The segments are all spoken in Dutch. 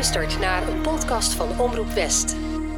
luistert naar een podcast van Omroep West.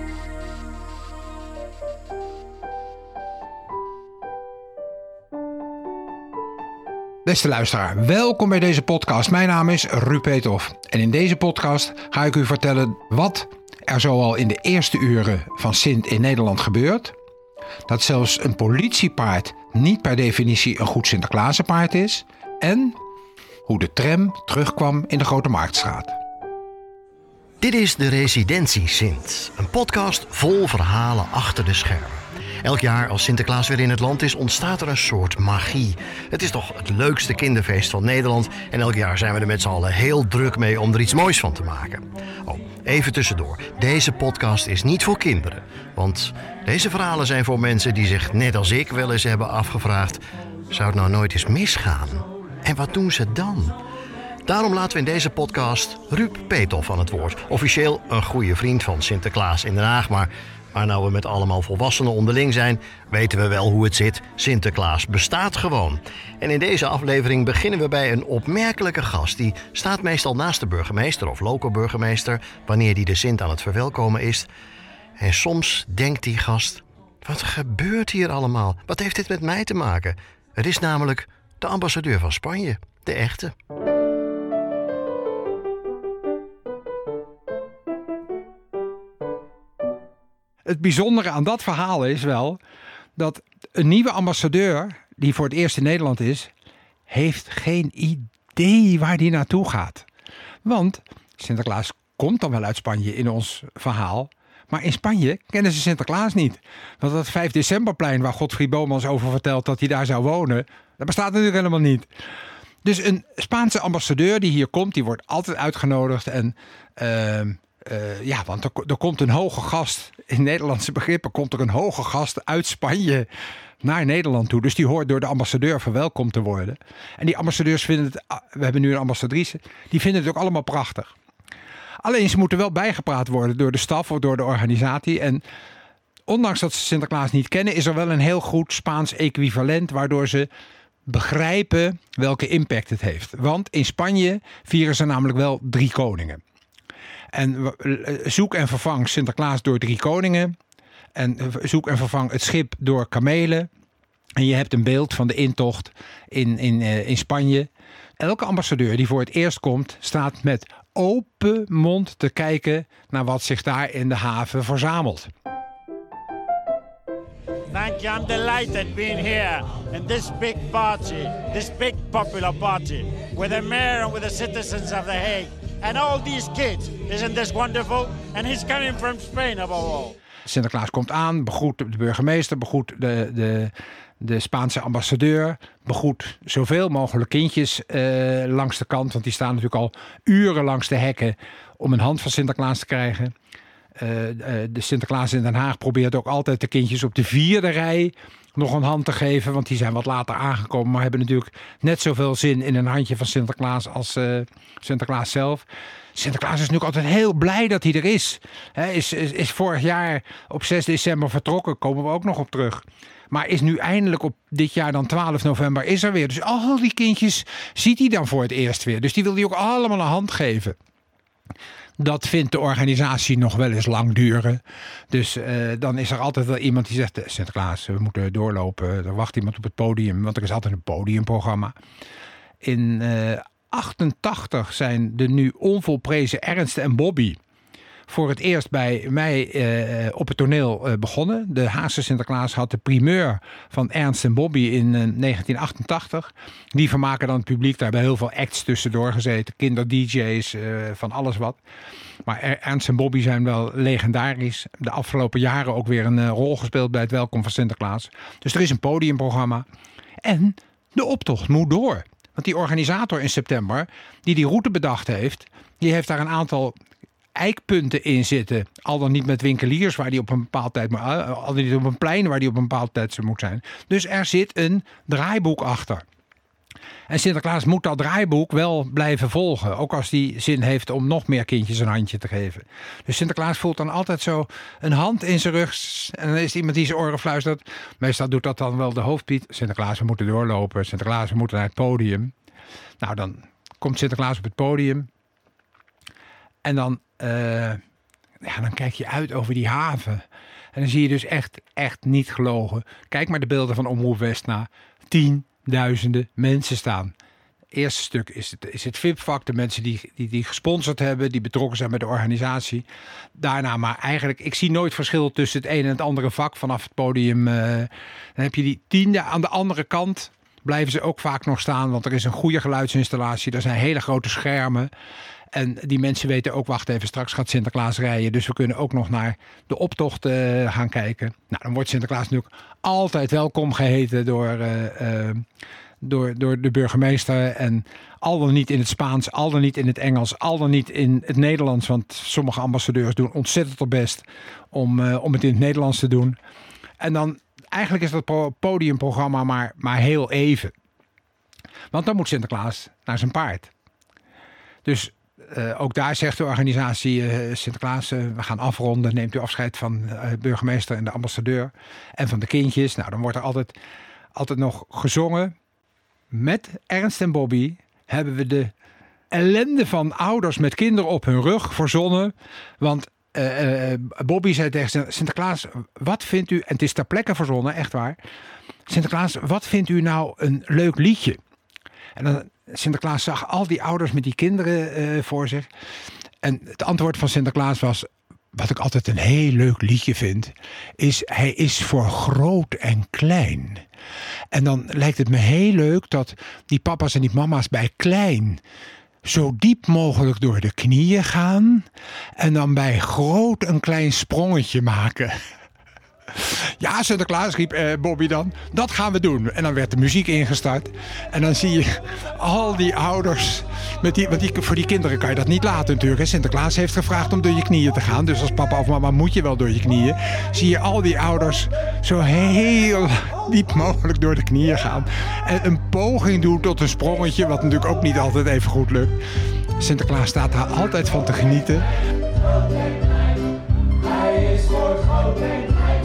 Beste luisteraar, welkom bij deze podcast. Mijn naam is Ruud Peethoff en in deze podcast ga ik u vertellen wat er zoal in de eerste uren van Sint in Nederland gebeurt. Dat zelfs een politiepaard niet per definitie een goed Sinterklaasenpaard is. En hoe de tram terugkwam in de Grote Marktstraat. Dit is de Residentie Sint, een podcast vol verhalen achter de schermen. Elk jaar als Sinterklaas weer in het land is, ontstaat er een soort magie. Het is toch het leukste kinderfeest van Nederland en elk jaar zijn we er met z'n allen heel druk mee om er iets moois van te maken. Oh, even tussendoor. Deze podcast is niet voor kinderen, want deze verhalen zijn voor mensen die zich net als ik wel eens hebben afgevraagd: zou het nou nooit eens misgaan? En wat doen ze dan? Daarom laten we in deze podcast Ruud Peethoff aan het woord. Officieel een goede vriend van Sinterklaas in Den Haag, maar nou we met allemaal volwassenen onderling zijn, weten we wel hoe het zit. Sinterklaas bestaat gewoon. En in deze aflevering beginnen we bij een opmerkelijke gast. Die staat meestal naast de burgemeester of loco-burgemeester wanneer die de Sint aan het verwelkomen is. En soms denkt die gast: wat gebeurt hier allemaal? Wat heeft dit met mij te maken? Het is namelijk de ambassadeur van Spanje, de echte. Het bijzondere aan dat verhaal is wel dat een nieuwe ambassadeur die voor het eerst in Nederland is, heeft geen idee waar die naartoe gaat. Want Sinterklaas komt dan wel uit Spanje in ons verhaal, maar in Spanje kennen ze Sinterklaas niet. Want dat 5 decemberplein waar Godfried Bomans over vertelt dat hij daar zou wonen, dat bestaat natuurlijk helemaal niet. Dus een Spaanse ambassadeur die hier komt, die wordt altijd uitgenodigd en want er komt een hoge gast, in Nederlandse begrippen komt er een hoge gast uit Spanje naar Nederland toe. Dus die hoort door de ambassadeur verwelkomd te worden. En die ambassadeurs vinden het, we hebben nu een ambassadrice, die vinden het ook allemaal prachtig. Alleen ze moeten wel bijgepraat worden door de staf of door de organisatie. En ondanks dat ze Sinterklaas niet kennen, is er wel een heel goed Spaans equivalent waardoor ze begrijpen welke impact het heeft. Want in Spanje vieren ze namelijk wel 3 koningen. En zoek en vervang Sinterklaas door 3 koningen. En zoek en vervang het schip door kamelen. En je hebt een beeld van de intocht in Spanje. Elke ambassadeur die voor het eerst komt, staat met open mond te kijken naar wat zich daar in de haven verzamelt. Thank you. I'm delighted being here in this big party, this big popular party, with the mayor and with the citizens of The Hague. And all these kids. Isn't this wonderful? And he's coming from Spain above all. Sinterklaas komt aan, begroet de burgemeester, begroet de Spaanse ambassadeur, begroet zoveel mogelijk kindjes langs de kant. Want die staan natuurlijk al uren langs de hekken om een hand van Sinterklaas te krijgen. De Sinterklaas in Den Haag probeert ook altijd de kindjes op de 4e rij nog een hand te geven. Want die zijn wat later aangekomen, maar hebben natuurlijk net zoveel zin in een handje van Sinterklaas als Sinterklaas zelf. Sinterklaas is natuurlijk altijd heel blij dat hij er is. Is vorig jaar op 6 december vertrokken, komen we ook nog op terug. Maar is nu eindelijk op dit jaar dan 12 november is er weer. Dus al die kindjes ziet hij dan voor het eerst weer. Dus die wil hij ook allemaal een hand geven. Dat vindt de organisatie nog wel eens lang duren. Dus dan is er altijd wel iemand die zegt: Sinterklaas, we moeten doorlopen. Er wacht iemand op het podium, want er is altijd een podiumprogramma. In 88 zijn de nu onvolprezen Ernst en Bobby voor het eerst bij mij op het toneel begonnen. De Haagse Sinterklaas had de primeur van Ernst en Bobby in 1988. Die vermaken dan het publiek. Daar hebben heel veel acts tussendoor gezeten. Kinder-DJ's, van alles wat. Maar Ernst en Bobby zijn wel legendarisch. De afgelopen jaren ook weer een rol gespeeld bij het welkom van Sinterklaas. Dus er is een podiumprogramma. En de optocht moet door. Want die organisator in september, die route bedacht heeft, die heeft daar een aantal eikpunten in zitten. Al dan niet met winkeliers waar die op een bepaald tijd, maar al dan niet op een plein waar die op een bepaald tijd moet zijn. Dus er zit een draaiboek achter. En Sinterklaas moet dat draaiboek wel blijven volgen. Ook als hij zin heeft om nog meer kindjes een handje te geven. Dus Sinterklaas voelt dan altijd zo een hand in zijn rug. En dan is er iemand die zijn oren fluistert. Meestal doet dat dan wel de hoofdpiet. Sinterklaas, we moeten doorlopen. Sinterklaas, we moeten naar het podium. Nou, dan komt Sinterklaas op het podium. En dan dan kijk je uit over die haven. En dan zie je dus echt niet gelogen. Kijk maar de beelden van Omroep West na. 10.000 mensen staan. Het eerste stuk is het VIP-vak. De mensen die gesponsord hebben. Die betrokken zijn bij de organisatie. Daarna maar eigenlijk. Ik zie nooit verschil tussen het ene en het andere vak. Vanaf het podium. Dan heb je die 10. Aan de andere kant blijven ze ook vaak nog staan. Want er is een goede geluidsinstallatie. Er zijn hele grote schermen. En die mensen weten ook, wacht even, straks gaat Sinterklaas rijden. Dus we kunnen ook nog naar de optocht gaan kijken. Nou, dan wordt Sinterklaas natuurlijk altijd welkom geheten door de burgemeester. En al dan niet in het Spaans, al dan niet in het Engels, al dan niet in het Nederlands. Want sommige ambassadeurs doen ontzettend hun best om het in het Nederlands te doen. En dan, eigenlijk is dat podiumprogramma maar heel even. Want dan moet Sinterklaas naar zijn paard. Dus ook daar zegt de organisatie Sinterklaas, we gaan afronden. Neemt u afscheid van de burgemeester en de ambassadeur en van de kindjes. Nou, dan wordt er altijd nog gezongen. Met Ernst en Bobby hebben we de ellende van ouders met kinderen op hun rug verzonnen. Want Bobby zei tegen Sinterklaas, wat vindt u, en het is ter plekke verzonnen, echt waar. Sinterklaas, wat vindt u nou een leuk liedje? En dan Sinterklaas zag al die ouders met die kinderen voor zich. En het antwoord van Sinterklaas was, wat ik altijd een heel leuk liedje vind, is hij is voor groot en klein. En dan lijkt het me heel leuk dat die papa's en die mama's bij klein zo diep mogelijk door de knieën gaan. En dan bij groot een klein sprongetje maken. Ja, Sinterklaas, riep Bobby dan. Dat gaan we doen. En dan werd de muziek ingestart. En dan zie je al die ouders. Voor die kinderen kan je dat niet laten natuurlijk. Hè. Sinterklaas heeft gevraagd om door je knieën te gaan. Dus als papa of mama moet je wel door je knieën. Zie je al die ouders zo heel diep mogelijk door de knieën gaan. En een poging doen tot een sprongetje. Wat natuurlijk ook niet altijd even goed lukt. Sinterklaas staat daar altijd van te genieten. Hij is voor groot en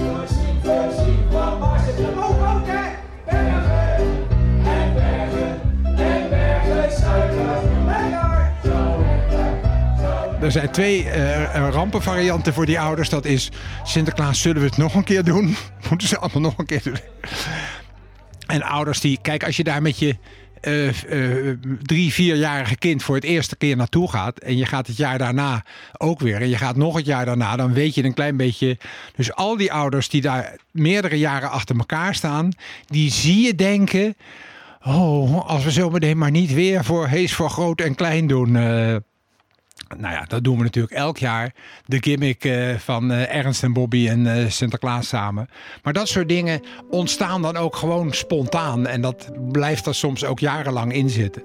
er zijn 2 rampenvarianten voor die ouders. Dat is, Sinterklaas, zullen we het nog een keer doen? Moeten ze allemaal nog een keer doen? En ouders die, kijk, als je daar met je 3-4-jarige kind voor het eerste keer naartoe gaat. En je gaat het jaar daarna ook weer. En je gaat nog het jaar daarna. Dan weet je een klein beetje. Dus al die ouders die daar meerdere jaren achter elkaar staan. Die zie je denken. Oh, als we zo meteen maar niet weer voor hees voor groot en klein doen. Nou ja, dat doen we natuurlijk elk jaar. De gimmick van Ernst en Bobby en Sinterklaas samen. Maar dat soort dingen ontstaan dan ook gewoon spontaan. En dat blijft er soms ook jarenlang in zitten.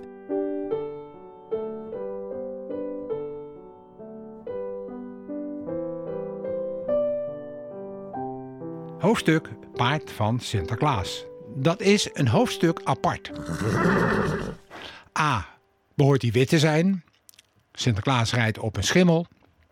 Hoofdstuk Paard van Sinterklaas. Dat is een hoofdstuk apart. A. Behoort hij wit te zijn? Sinterklaas rijdt op een schimmel.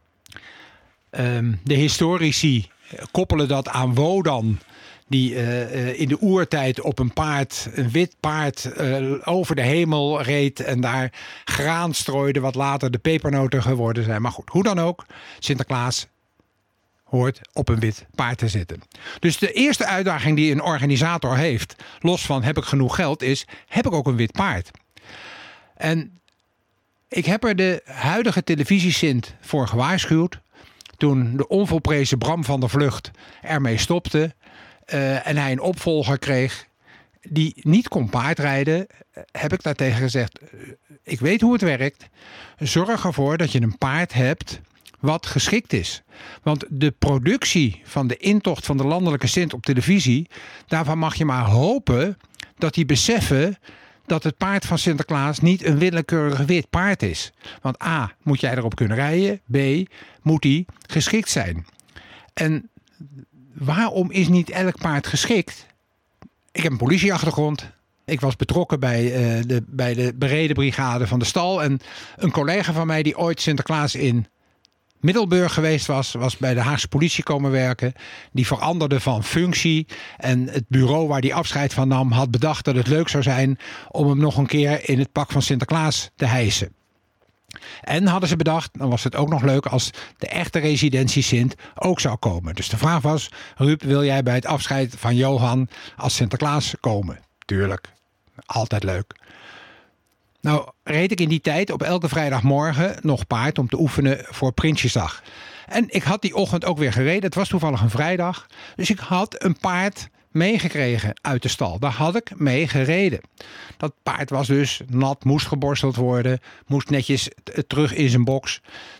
De historici koppelen dat aan Wodan, die in de oertijd op een wit paard, over de hemel reed en daar graan strooide, wat later de pepernoten geworden zijn. Maar goed, hoe dan ook, Sinterklaas hoort op een wit paard te zitten. Dus de eerste uitdaging die een organisator heeft, los van heb ik genoeg geld, is heb ik ook een wit paard? En ik heb er de huidige televisiesint voor gewaarschuwd. Toen de onvolprezen Bram van der Vlugt ermee stopte. En hij een opvolger kreeg die niet kon paardrijden. Heb ik daartegen gezegd, ik weet hoe het werkt. Zorg ervoor dat je een paard hebt wat geschikt is. Want de productie van de intocht van de landelijke sint op televisie, daarvan mag je maar hopen dat die beseffen dat het paard van Sinterklaas niet een willekeurig wit paard is. Want A, moet jij erop kunnen rijden. B, moet die geschikt zijn. En waarom is niet elk paard geschikt? Ik heb een politieachtergrond. Ik was betrokken bij de beredenbrigade van de stal. En een collega van mij die ooit Sinterklaas in Middelburg geweest was bij de Haagse politie komen werken. Die veranderde van functie. En het bureau waar die afscheid van nam had bedacht dat het leuk zou zijn om hem nog een keer in het pak van Sinterklaas te hijsen. En hadden ze bedacht, dan was het ook nog leuk als de echte residentie Sint ook zou komen. Dus de vraag was, Ruud, wil jij bij het afscheid van Johan als Sinterklaas komen? Tuurlijk, altijd leuk. Nou reed ik in die tijd op elke vrijdagmorgen nog paard om te oefenen voor Prinsjesdag. En ik had die ochtend ook weer gereden. Het was toevallig een vrijdag. Dus ik had een paard meegekregen uit de stal. Daar had ik mee gereden. Dat paard was dus nat, moest geborsteld worden. Moest netjes terug in zijn box.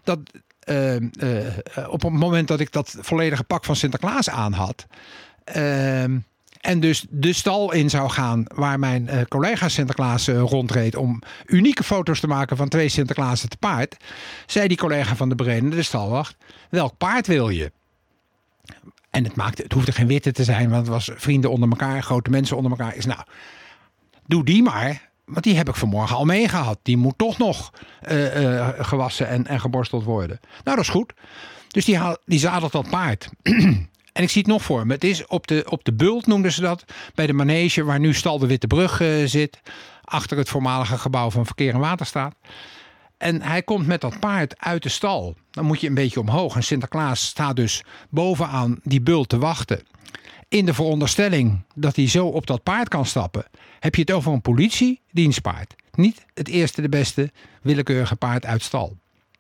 Op het moment dat ik dat volledige pak van Sinterklaas aan had... en dus de stal in zou gaan waar mijn collega Sinterklaas rondreed... om unieke foto's te maken van 2 Sinterklaasen te paard... zei die collega van de beredende, de stalwacht... welk paard wil je? En het hoefde geen witte te zijn, want het was vrienden onder elkaar... grote mensen onder elkaar. Is nou, doe die maar, want die heb ik vanmorgen al meegehad. Die moet toch nog gewassen en geborsteld worden. Nou, dat is goed. Dus die zadelt dat paard... En ik zie het nog voor me. Het is op de bult, noemden ze dat. Bij de manege waar nu stal de Witte Brug zit. Achter het voormalige gebouw van Verkeer en Waterstaat. En hij komt met dat paard uit de stal. Dan moet je een beetje omhoog. En Sinterklaas staat dus bovenaan die bult te wachten. In de veronderstelling dat hij zo op dat paard kan stappen. Heb je het over een politiedienstpaard. Niet het eerste de beste willekeurige paard uit stal.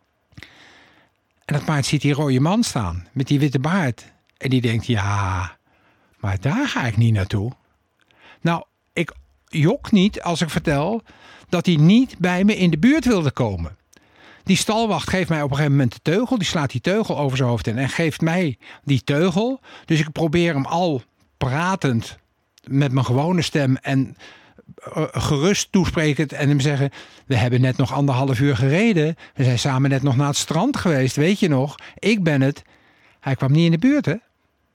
En dat paard ziet die rode man staan. Met die witte baard. En die denkt, ja, maar daar ga ik niet naartoe. Nou, ik jok niet als ik vertel dat hij niet bij me in de buurt wilde komen. Die stalwacht geeft mij op een gegeven moment de teugel. Die slaat die teugel over zijn hoofd in en geeft mij die teugel. Dus ik probeer hem al pratend met mijn gewone stem en gerust toesprekend en hem zeggen... we hebben net nog 1,5 uur gereden. We zijn samen net nog naar het strand geweest, weet je nog? Ik ben het. Hij kwam niet in de buurt, hè?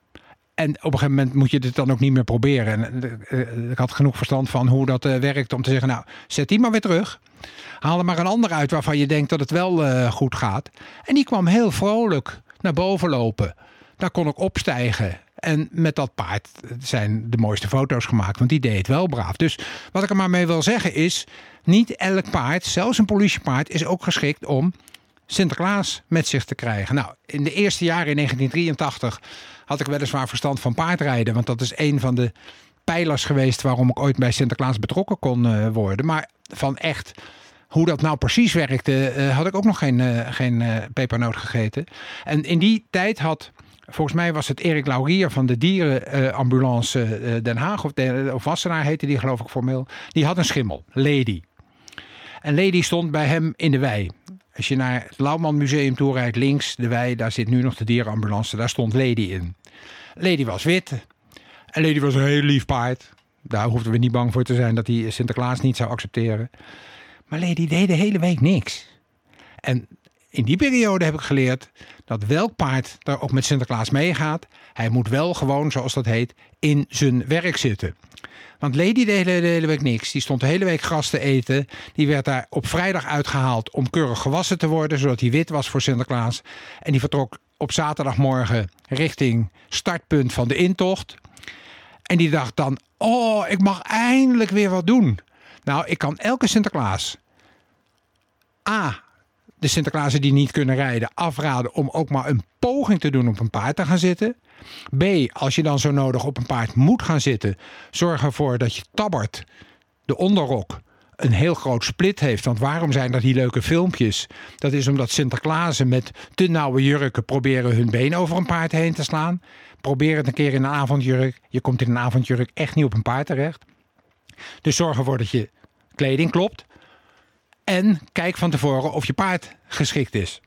En op een gegeven moment moet je het dan ook niet meer proberen. En ik had genoeg verstand van hoe dat werkt om te zeggen... nou, zet die maar weer terug. Haal er maar een ander uit waarvan je denkt dat het wel goed gaat. En die kwam heel vrolijk naar boven lopen. Daar kon ik opstijgen. En met dat paard zijn de mooiste foto's gemaakt. Want die deed het wel braaf. Dus wat ik er maar mee wil zeggen is... niet elk paard, zelfs een politiepaard... is ook geschikt om Sinterklaas met zich te krijgen. Nou, in de eerste jaren in 1983 had ik weliswaar verstand van paardrijden. Want dat is een van de pijlers geweest waarom ik ooit bij Sinterklaas betrokken kon worden. Maar van echt hoe dat nou precies werkte, had ik ook nog geen pepernoot gegeten. En in die tijd had, volgens mij was het Erik Laurier van de dierenambulance Den Haag, of Wassenaar heette die geloof ik formeel. Die had een schimmel, Lady. En Lady stond bij hem in de wei. Als je naar het Lauwman Museum toe rijdt, links de wei, daar zit nu nog de dierenambulance, daar stond Lady in. Lady was wit en Lady was een heel lief paard. Daar hoefden we niet bang voor te zijn dat hij Sinterklaas niet zou accepteren. Maar Lady deed de hele week niks. En in die periode heb ik geleerd dat welk paard daar ook met Sinterklaas meegaat, hij moet wel gewoon, zoals dat heet, in zijn werk zitten. Want Lady deed de hele week niks. Die stond de hele week gras te eten. Die werd daar op vrijdag uitgehaald om keurig gewassen te worden, zodat hij wit was voor Sinterklaas. En die vertrok op zaterdagmorgen richting startpunt van de intocht. En die dacht dan, oh, ik mag eindelijk weer wat doen. Nou, ik kan elke Sinterklaas, de Sinterklaasen die niet kunnen rijden, afraden om ook maar een poging te doen op een paard te gaan zitten. B, als je dan zo nodig op een paard moet gaan zitten, zorg ervoor dat je tabbert, de onderrok, een heel groot split heeft. Want waarom zijn er die leuke filmpjes? Dat is omdat Sinterklaasen met te nauwe jurken proberen hun been over een paard heen te slaan. Probeer het een keer in een avondjurk. Je komt in een avondjurk echt niet op een paard terecht. Dus zorg ervoor dat je kleding klopt. En kijk van tevoren of je paard geschikt is.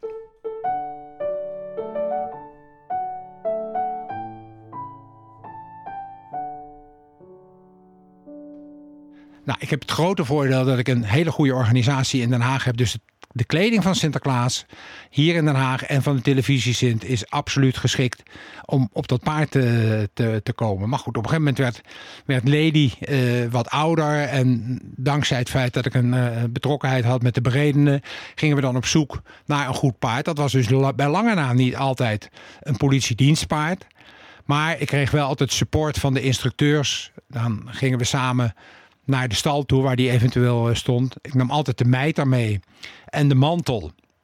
Nou, ik heb het grote voordeel dat ik een hele goede organisatie in Den Haag heb. Dus de kleding van Sinterklaas hier in Den Haag en van de televisie Sint is absoluut geschikt om op dat paard te komen. Maar goed, op een gegeven moment werd Lady wat ouder. En dankzij het feit dat ik een betrokkenheid had met de beredenen, gingen we dan op zoek naar een goed paard. Dat was dus bij lange na niet altijd een politiedienstpaard. Maar ik kreeg wel altijd support van de instructeurs. Dan gingen we samen naar de stal toe waar die eventueel stond. Ik nam altijd de mijter mee en de mantel.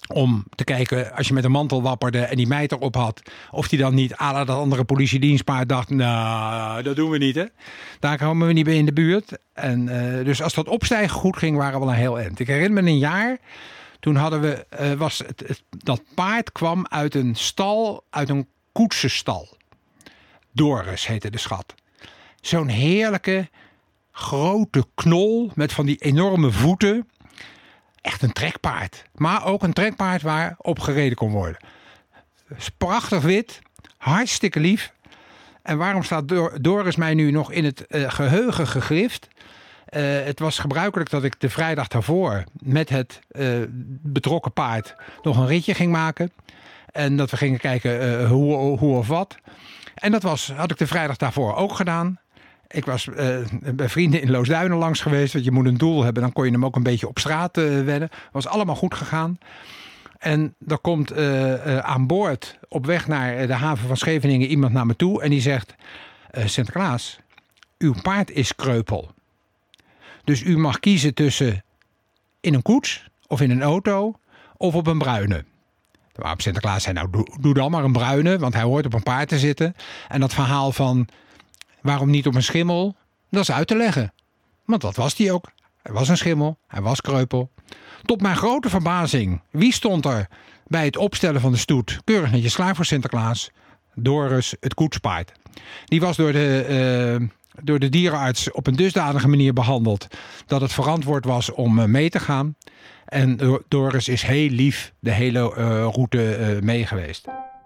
om te kijken, als je met een mantel wapperde en die meid erop had, of die dan niet à la dat andere politiedienstpaard dacht, nou, dat doen we niet, hè. Daar komen we niet bij in de buurt. En dus als dat opstijgen goed ging, waren we wel een heel eind. Ik herinner me een jaar, toen hadden we, dat paard kwam uit een stal, uit een koetsenstal. Doris heette de schat. Zo'n heerlijke, grote knol met van die enorme voeten. Echt een trekpaard. Maar ook een trekpaard waar op gereden kon worden. Prachtig wit. Hartstikke lief. En waarom staat Doris mij nu nog in het geheugen gegrift? Het was gebruikelijk dat ik de vrijdag daarvoor met het betrokken paard nog een ritje ging maken. En dat we gingen kijken hoe of wat. En dat had ik de vrijdag daarvoor ook gedaan. Ik was bij vrienden in Loosduinen langs geweest. Want je moet een doel hebben, dan kon je hem ook een beetje op straat wedden. Was allemaal goed gegaan. En er komt aan boord op weg naar de haven van Scheveningen iemand naar me toe. En die zegt, Sinterklaas, uw paard is kreupel. Dus u mag kiezen tussen in een koets of in een auto of op een bruine. Waarop Sinterklaas zei, nou doe dan maar een bruine, want hij hoort op een paard te zitten. En dat verhaal van waarom niet op een schimmel, dat is uit te leggen. Want dat was die ook. Hij was een schimmel, hij was kreupel. Tot mijn grote verbazing, wie stond er bij het opstellen van de stoet keurig netjes klaar voor Sinterklaas? Doris, het koetspaard. Die was door de dierenarts op een dusdanige manier behandeld dat het verantwoord was om mee te gaan. En Doris is heel lief de hele route mee geweest.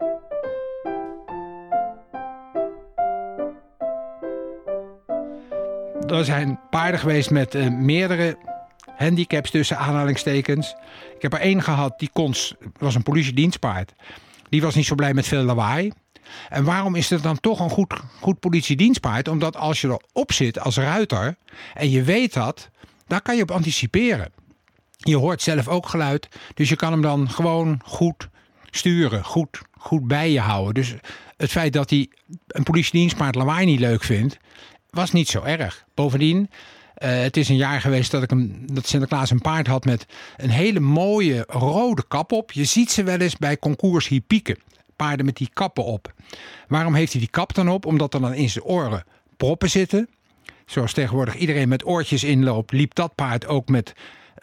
Er zijn paarden geweest met meerdere handicaps tussen aanhalingstekens. Ik heb er één gehad, was een politiedienstpaard. Die was niet zo blij met veel lawaai. En waarom is het dan toch een goed politiedienstpaard? Omdat als je erop zit als ruiter en je weet dat, daar kan je op anticiperen. Je hoort zelf ook geluid, dus je kan hem dan gewoon goed sturen, goed bij je houden. Dus het feit dat hij een politiedienstpaard lawaai niet leuk vindt, was niet zo erg. Bovendien, het is een jaar geweest dat Sinterklaas een paard had met een hele mooie rode kap op. Je ziet ze wel eens bij concours hippieken. Paarden met die kappen op. Waarom heeft hij die kap dan op? Omdat er dan in zijn oren proppen zitten. Zoals tegenwoordig iedereen met oortjes inloopt, liep dat paard ook met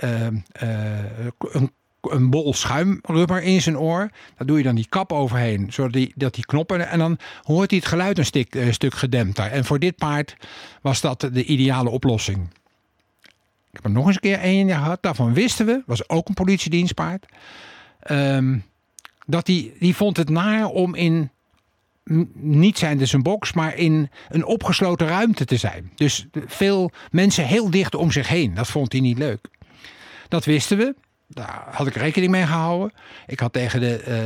een bol schuimrubber in zijn oor. Daar doe je dan die kap overheen, zodat die knoppen, en dan hoort hij het geluid een stuk gedempter. En voor dit paard was dat de ideale oplossing. Ik heb er nog eens een keer één gehad. Daarvan wisten we, was ook een politiedienstpaard. Dat die vond het naar om in, niet zijnde zijn box, maar in een opgesloten ruimte te zijn. Dus veel mensen heel dicht om zich heen. Dat vond hij niet leuk. Dat wisten we. Daar had ik rekening mee gehouden. Ik had tegen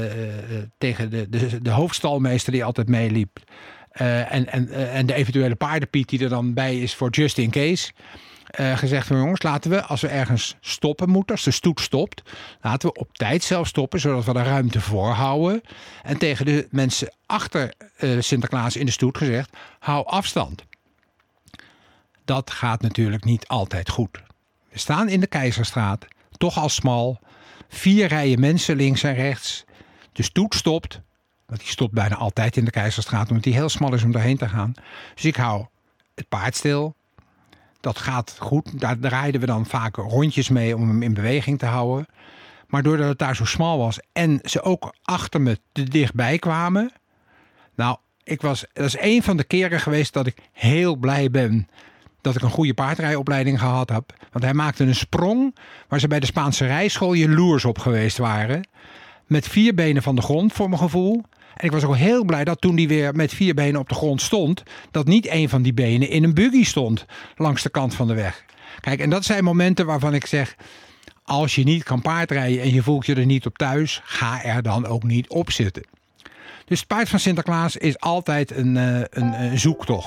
de hoofdstalmeester die altijd meeliep. En de eventuele paardenpiet die er dan bij is voor just in case. Gezegd van jongens, laten we als we ergens stoppen moeten, als de stoet stopt, laten we op tijd zelf stoppen, zodat we de ruimte voorhouden. En tegen de mensen achter Sinterklaas in de stoet gezegd, hou afstand. Dat gaat natuurlijk niet altijd goed. We staan in de Keizerstraat, toch al smal, 4 rijen mensen links en rechts. De stoet stopt, want die stopt bijna altijd in de Keizerstraat, omdat die heel smal is om daarheen te gaan. Dus ik hou het paard stil. Dat gaat goed. Daar draaiden we dan vaak rondjes mee om hem in beweging te houden. Maar doordat het daar zo smal was en ze ook achter me te dichtbij kwamen. Nou, dat is een van de keren geweest dat ik heel blij ben dat ik een goede paardrijopleiding gehad heb. Want hij maakte een sprong waar ze bij de Spaanse rijschool jaloers op geweest waren. Met 4 benen van de grond voor mijn gevoel. En ik was ook heel blij dat toen hij weer met 4 benen op de grond stond, dat niet een van die benen in een buggy stond langs de kant van de weg. Kijk, en dat zijn momenten waarvan ik zeg, als je niet kan paardrijden en je voelt je er niet op thuis, ga er dan ook niet op zitten. Dus het paard van Sinterklaas is altijd een zoektocht.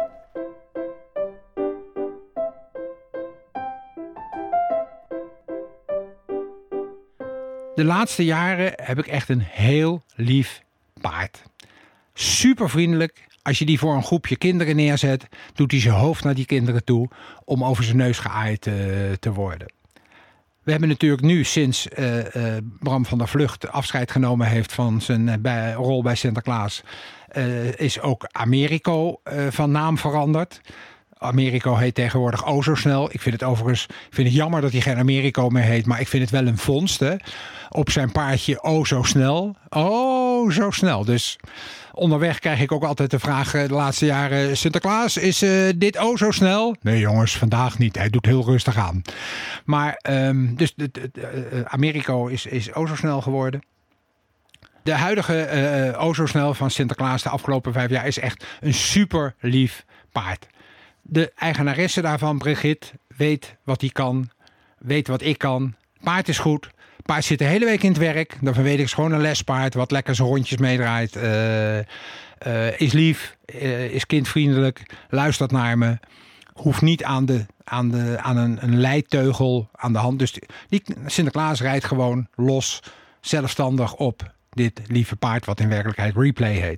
De laatste jaren heb ik echt een heel lief paard. Super vriendelijk. Als je die voor een groepje kinderen neerzet, doet hij zijn hoofd naar die kinderen toe om over zijn neus geaaid te worden. We hebben natuurlijk nu sinds Bram van der Vlugt afscheid genomen heeft van zijn rol bij Sinterklaas, is ook Americo van naam veranderd. Americo heet tegenwoordig O Zo Snel. Ik vind het jammer dat hij geen Americo meer heet, maar ik vind het wel een vondst. Hè? Op zijn paardje O Zo Snel. Oh, zo snel. Dus onderweg krijg ik ook altijd de vraag de laatste jaren: Sinterklaas, is dit O Zo Snel? Nee jongens, vandaag niet. Hij doet heel rustig aan. Maar dus Americo is O Zo Snel geworden. De huidige O Zo Snel van Sinterklaas de afgelopen 5 jaar is echt een super lief paard. De eigenaresse daarvan, Brigitte, weet wat hij kan. Weet wat ik kan. Paard is goed. Paard zit de hele week in het werk. Daarvan weet ik, is gewoon een lespaard. Wat lekker zijn rondjes meedraait. Is lief. Is kindvriendelijk. Luistert naar me. Hoeft niet aan een leidteugel aan de hand. Dus Sinterklaas rijdt gewoon los. Zelfstandig op dit lieve paard. Wat in werkelijkheid Replay heet.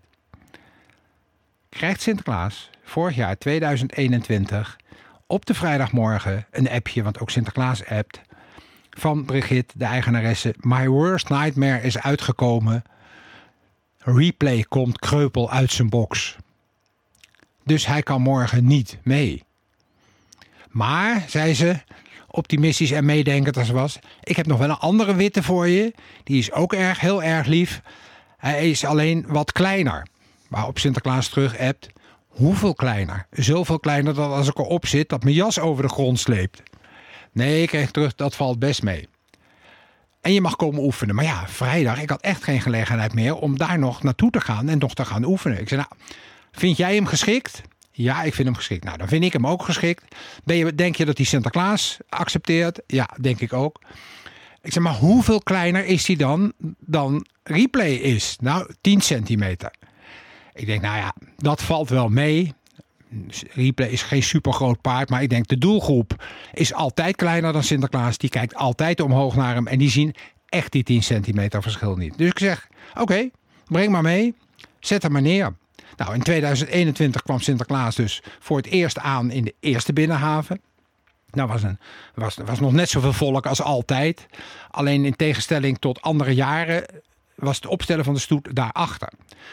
Krijgt Sinterklaas vorig jaar 2021 op de vrijdagmorgen een appje, want ook Sinterklaas appt, van Brigitte, de eigenaresse. My worst nightmare is uitgekomen. Replay komt kreupel uit zijn box. Dus hij kan morgen niet mee. Maar, zei ze, optimistisch en meedenkend als ze was, ik heb nog wel een andere witte voor je. Die is ook heel erg lief. Hij is alleen wat kleiner. Waarop Sinterklaas terug appt. Hoeveel kleiner? Zoveel kleiner dat als ik erop zit, dat mijn jas over de grond sleept. Nee, ik kreeg terug, dat valt best mee. En je mag komen oefenen. Maar ja, vrijdag, ik had echt geen gelegenheid meer om daar nog naartoe te gaan en nog te gaan oefenen. Ik zei, nou, vind jij hem geschikt? Ja, ik vind hem geschikt. Nou, dan vind ik hem ook geschikt. Denk je dat hij Sinterklaas accepteert? Ja, denk ik ook. Ik zeg, maar hoeveel kleiner is hij dan Replay is? Nou, 10 centimeter. Ik denk, nou ja, dat valt wel mee. Replay is geen supergroot paard, maar ik denk de doelgroep is altijd kleiner dan Sinterklaas. Die kijkt altijd omhoog naar hem en die zien echt die 10 centimeter verschil niet. Dus ik zeg, oké, breng maar mee, zet hem maar neer. Nou, in 2021 kwam Sinterklaas dus voor het eerst aan in de eerste binnenhaven. Nou, was nog net zoveel volk als altijd. Alleen in tegenstelling tot andere jaren was het opstellen van de stoet daarachter.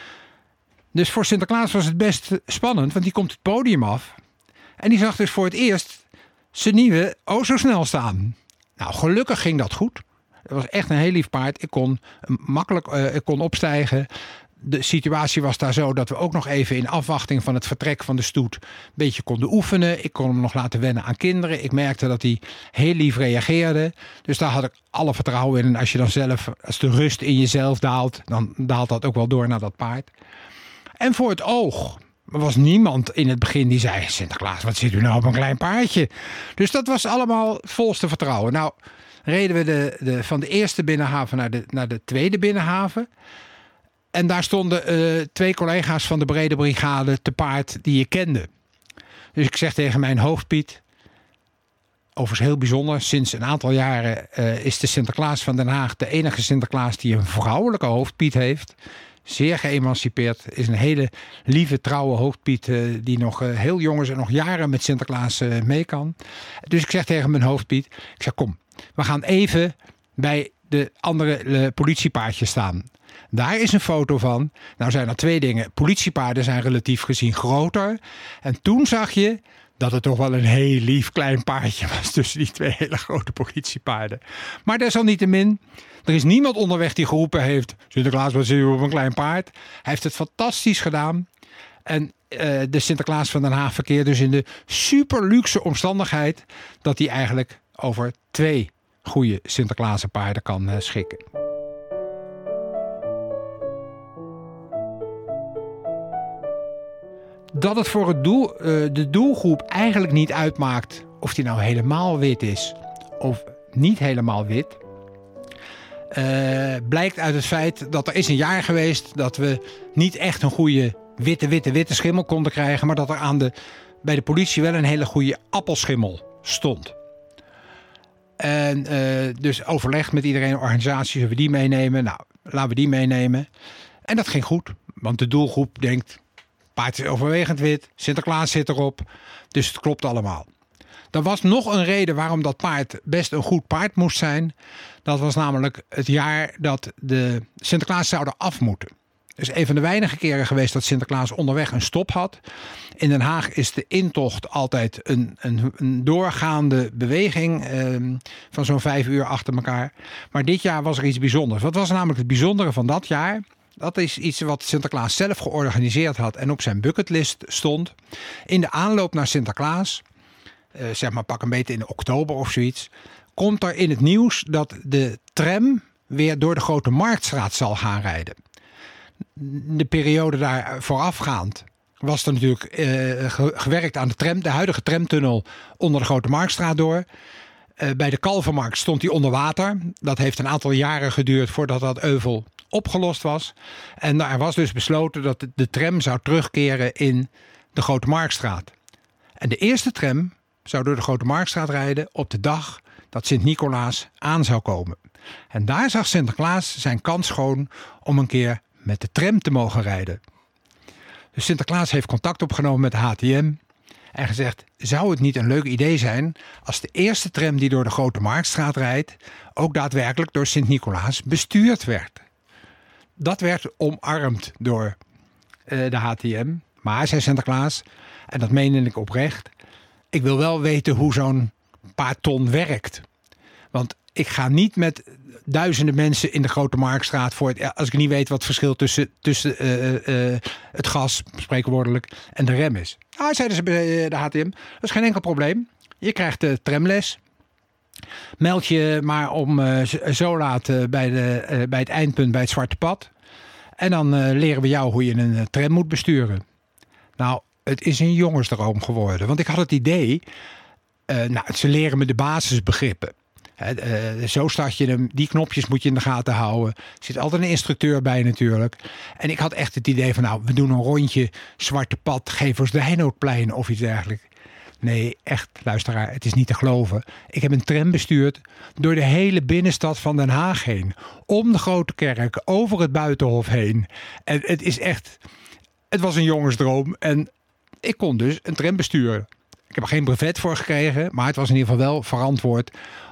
Dus voor Sinterklaas was het best spannend, want die komt het podium af. En die zag dus voor het eerst zijn nieuwe O Zo Snel staan. Nou, gelukkig ging dat goed. Het was echt een heel lief paard. Ik kon makkelijk opstijgen. De situatie was daar zo dat we ook nog even in afwachting van het vertrek van de stoet een beetje konden oefenen. Ik kon hem nog laten wennen aan kinderen. Ik merkte dat hij heel lief reageerde. Dus daar had ik alle vertrouwen in. En als je dan zelf, als de rust in jezelf daalt, dan daalt dat ook wel door naar dat paard. En voor het oog. Er was niemand in het begin die zei, Sinterklaas, wat zit u nou op een klein paardje? Dus dat was allemaal volste vertrouwen. Nou, reden we van de eerste binnenhaven naar de tweede binnenhaven. En daar stonden 2 collega's van de Brede Brigade te paard die je kende. Dus ik zeg tegen mijn hoofdpiet, overigens heel bijzonder, sinds een aantal jaren is de Sinterklaas van Den Haag de enige Sinterklaas die een vrouwelijke hoofdpiet heeft. Zeer geëmancipeerd. Is een hele lieve, trouwe hoofdpiet die nog heel jong is en nog jaren met Sinterklaas mee kan. Dus ik zeg tegen mijn hoofdpiet, ik zeg kom, we gaan even bij de andere politiepaardjes staan. Daar is een foto van. Nou zijn er 2 dingen. Politiepaarden zijn relatief gezien groter. En toen zag je dat het toch wel een heel lief klein paardje was tussen die 2 hele grote politiepaarden. Maar desalniettemin, er is niemand onderweg die geroepen heeft, Sinterklaas, wat zit u op een klein paard? Hij heeft het fantastisch gedaan. En de Sinterklaas van Den Haag verkeert dus in de super luxe omstandigheid dat hij eigenlijk over 2 goede Sinterklaasenpaarden kan schikken. Dat het voor de doelgroep eigenlijk niet uitmaakt of die nou helemaal wit is of niet helemaal wit. Blijkt uit het feit dat er is een jaar geweest dat we niet echt een goede witte schimmel konden krijgen. Maar dat er bij de politie wel een hele goede appelschimmel stond. En dus overlegd met iedereen, organisaties, zullen we die meenemen? Nou, laten we die meenemen. En dat ging goed, want de doelgroep denkt, paard is overwegend wit, Sinterklaas zit erop, dus het klopt allemaal. Er was nog een reden waarom dat paard best een goed paard moest zijn. Dat was namelijk het jaar dat de Sinterklaas zouden af moeten. Dus een van de weinige keren geweest dat Sinterklaas onderweg een stop had. In Den Haag is de intocht altijd een doorgaande beweging van zo'n 5 uur achter elkaar. Maar dit jaar was er iets bijzonders. Wat was namelijk het bijzondere van dat jaar? Dat is iets wat Sinterklaas zelf georganiseerd had en op zijn bucketlist stond. In de aanloop naar Sinterklaas, zeg maar pak een beetje in oktober of zoiets, komt er in het nieuws dat de tram weer door de Grote Marktstraat zal gaan rijden. De periode daar voorafgaand was er natuurlijk gewerkt aan de huidige tramtunnel onder de Grote Marktstraat door. Bij de Kalvermarkt stond die onder water. Dat heeft een aantal jaren geduurd voordat dat euvel opgelost was. En er was dus besloten dat de tram zou terugkeren in de Grote Marktstraat. En de eerste tram zou door de Grote Marktstraat rijden op de dag dat Sint-Nicolaas aan zou komen. En daar zag Sinterklaas zijn kans schoon om een keer met de tram te mogen rijden. Dus Sinterklaas heeft contact opgenomen met de HTM en gezegd, zou het niet een leuk idee zijn als de eerste tram die door de Grote Marktstraat rijdt ook daadwerkelijk door Sint-Nicolaas bestuurd werd. Dat werd omarmd door de HTM. Maar, zei Sinterklaas, en dat meende ik oprecht, ik wil wel weten hoe zo'n paar ton werkt. Want ik ga niet met duizenden mensen in de Grote Marktstraat als ik niet weet wat het verschil tussen het gas, spreekwoordelijk, en de rem is. Nou, zeiden ze bij de HTM, dat is geen enkel probleem. Je krijgt de tramles. Meld je maar om zo laat bij het eindpunt bij het Zwarte Pad. En dan leren we jou hoe je een tram moet besturen. Nou, het is een jongensdroom geworden. Want ik had het idee, ze leren me de basisbegrippen. Zo start je hem, die knopjes moet je in de gaten houden. Er zit altijd een instructeur bij natuurlijk. En ik had echt het idee van, we doen een rondje Zwarte Pad, Geversdijnoordplein of iets dergelijks. Nee, echt, luisteraar, het is niet te geloven. Ik heb een tram bestuurd door de hele binnenstad van Den Haag heen. Om de Grote Kerk, over het Buitenhof heen. En het was een jongensdroom. En ik kon dus een tram besturen. Ik heb er geen brevet voor gekregen, maar het was in ieder geval wel verantwoord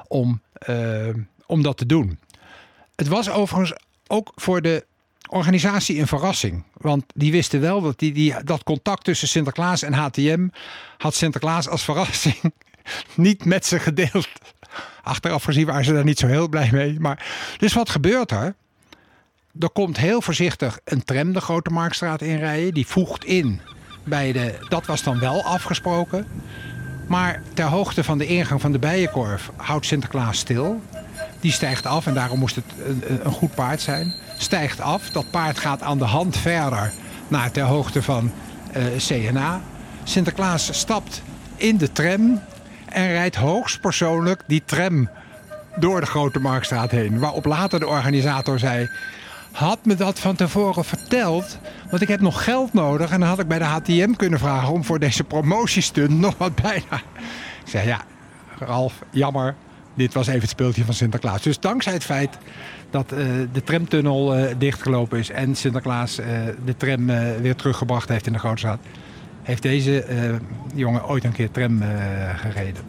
om dat te doen. Het was overigens ook voor de organisatie een verrassing. Want die wisten wel dat dat contact tussen Sinterklaas en HTM had Sinterklaas als verrassing niet met ze gedeeld. Achteraf gezien waren ze daar niet zo heel blij mee. Maar, dus wat gebeurt er? Er komt heel voorzichtig een tram de Grote Marktstraat inrijden. Die voegt in bij dat was dan wel afgesproken. Maar ter hoogte van de ingang van de Bijenkorf houdt Sinterklaas stil. Die stijgt af en daarom moest het een goed paard zijn. Stijgt af, dat paard gaat aan de hand verder naar ter hoogte van CNA. Sinterklaas stapt in de tram en rijdt hoogstpersoonlijk die tram door de Grote Marktstraat heen. Waarop later de organisator zei, had me dat van tevoren verteld, want ik heb nog geld nodig. En dan had ik bij de HTM kunnen vragen om voor deze promotiestunt nog wat bijna. Ik zei, ja, Ralf, jammer. Dit was even het speeltje van Sinterklaas. Dus dankzij het feit dat de tramtunnel dichtgelopen is en Sinterklaas de tram weer teruggebracht heeft in de Grote Straat, heeft deze jongen ooit een keer tram gereden.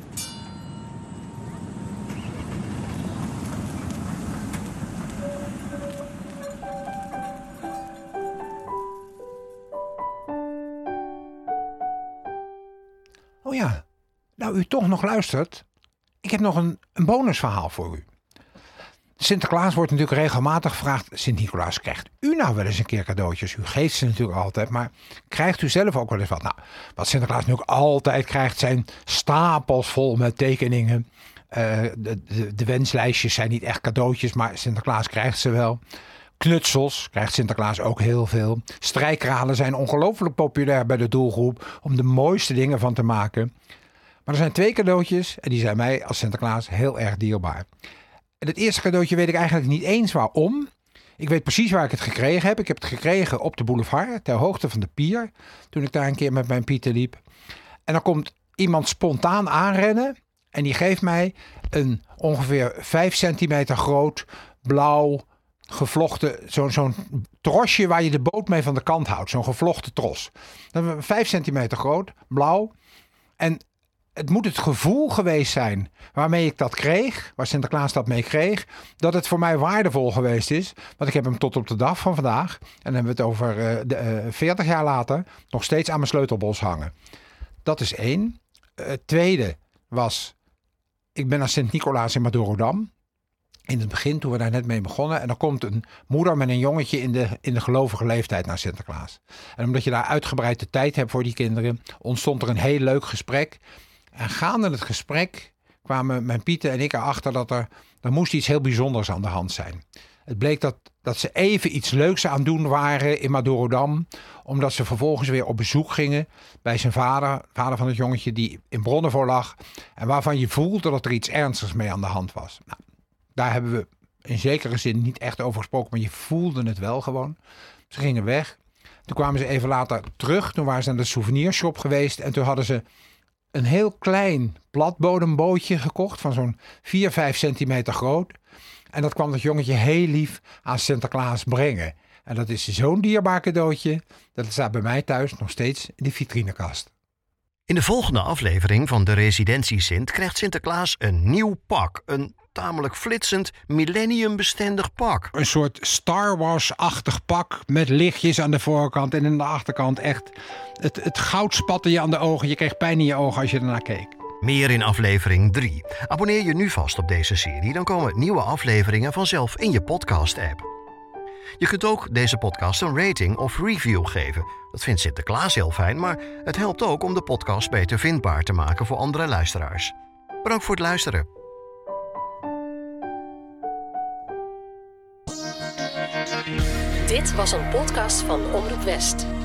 Oh ja, nou u toch nog luistert. Ik heb nog een bonusverhaal voor u. Sinterklaas wordt natuurlijk regelmatig gevraagd, Sint-Nicolaas, krijgt u nou wel eens een keer cadeautjes? U geeft ze natuurlijk altijd, maar krijgt u zelf ook wel eens wat? Nou, wat Sinterklaas nu ook altijd krijgt zijn stapels vol met tekeningen. De wenslijstjes zijn niet echt cadeautjes, maar Sinterklaas krijgt ze wel. Knutsels krijgt Sinterklaas ook heel veel. Strijkralen zijn ongelooflijk populair bij de doelgroep om de mooiste dingen van te maken. Maar er zijn 2 cadeautjes en die zijn mij als Sinterklaas heel erg dierbaar. En het eerste cadeautje weet ik eigenlijk niet eens waarom. Ik weet precies waar ik het gekregen heb. Ik heb het gekregen op de boulevard, ter hoogte van de pier. Toen ik daar een keer met mijn Pieter liep. En dan komt iemand spontaan aanrennen. En die geeft mij een ongeveer 5 centimeter groot, blauw, gevlochten, zo'n trosje waar je de boot mee van de kant houdt. Zo'n gevlochten tros. 5 centimeter groot, blauw. En het moet het gevoel geweest zijn waarmee ik dat kreeg, waar Sinterklaas dat mee kreeg, dat het voor mij waardevol geweest is. Want ik heb hem tot op de dag van vandaag, en dan hebben we het over 40 jaar later, nog steeds aan mijn sleutelbos hangen. Dat is 1. Het tweede was, ik ben naar Sint-Nicolaas in Madurodam. In het begin, toen we daar net mee begonnen. En dan komt een moeder met een jongetje in de gelovige leeftijd naar Sinterklaas. En omdat je daar uitgebreid de tijd hebt voor die kinderen, ontstond er een heel leuk gesprek. En gaande het gesprek kwamen mijn Pieten en ik erachter dat er moest iets heel bijzonders aan de hand zijn. Het bleek dat ze even iets leuks aan het doen waren in Madurodam, omdat ze vervolgens weer op bezoek gingen bij zijn vader van het jongetje die in Bronnevoor lag. En waarvan je voelde dat er iets ernstigs mee aan de hand was. Nou, daar hebben we in zekere zin niet echt over gesproken, maar je voelde het wel gewoon. Ze gingen weg. Toen kwamen ze even later terug. Toen waren ze naar de souvenirshop geweest. En toen hadden ze een heel klein platbodembootje gekocht van zo'n 4-5 centimeter groot. En dat kwam dat jongetje heel lief aan Sinterklaas brengen. En dat is zo'n dierbaar cadeautje. Dat staat bij mij thuis nog steeds in de vitrinekast. In de volgende aflevering van de Residentie Sint krijgt Sinterklaas een nieuw pak. Een tamelijk flitsend, millenniumbestendig pak. Een soort Star Wars-achtig pak met lichtjes aan de voorkant en aan de achterkant. Echt, het goud spatte je aan de ogen. Je kreeg pijn in je ogen als je ernaar keek. Meer in aflevering 3. Abonneer je nu vast op deze serie, dan komen nieuwe afleveringen vanzelf in je podcast-app. Je kunt ook deze podcast een rating of review geven. Dat vindt Sinterklaas heel fijn, maar het helpt ook om de podcast beter vindbaar te maken voor andere luisteraars. Bedankt voor het luisteren. Dit was een podcast van Omroep West.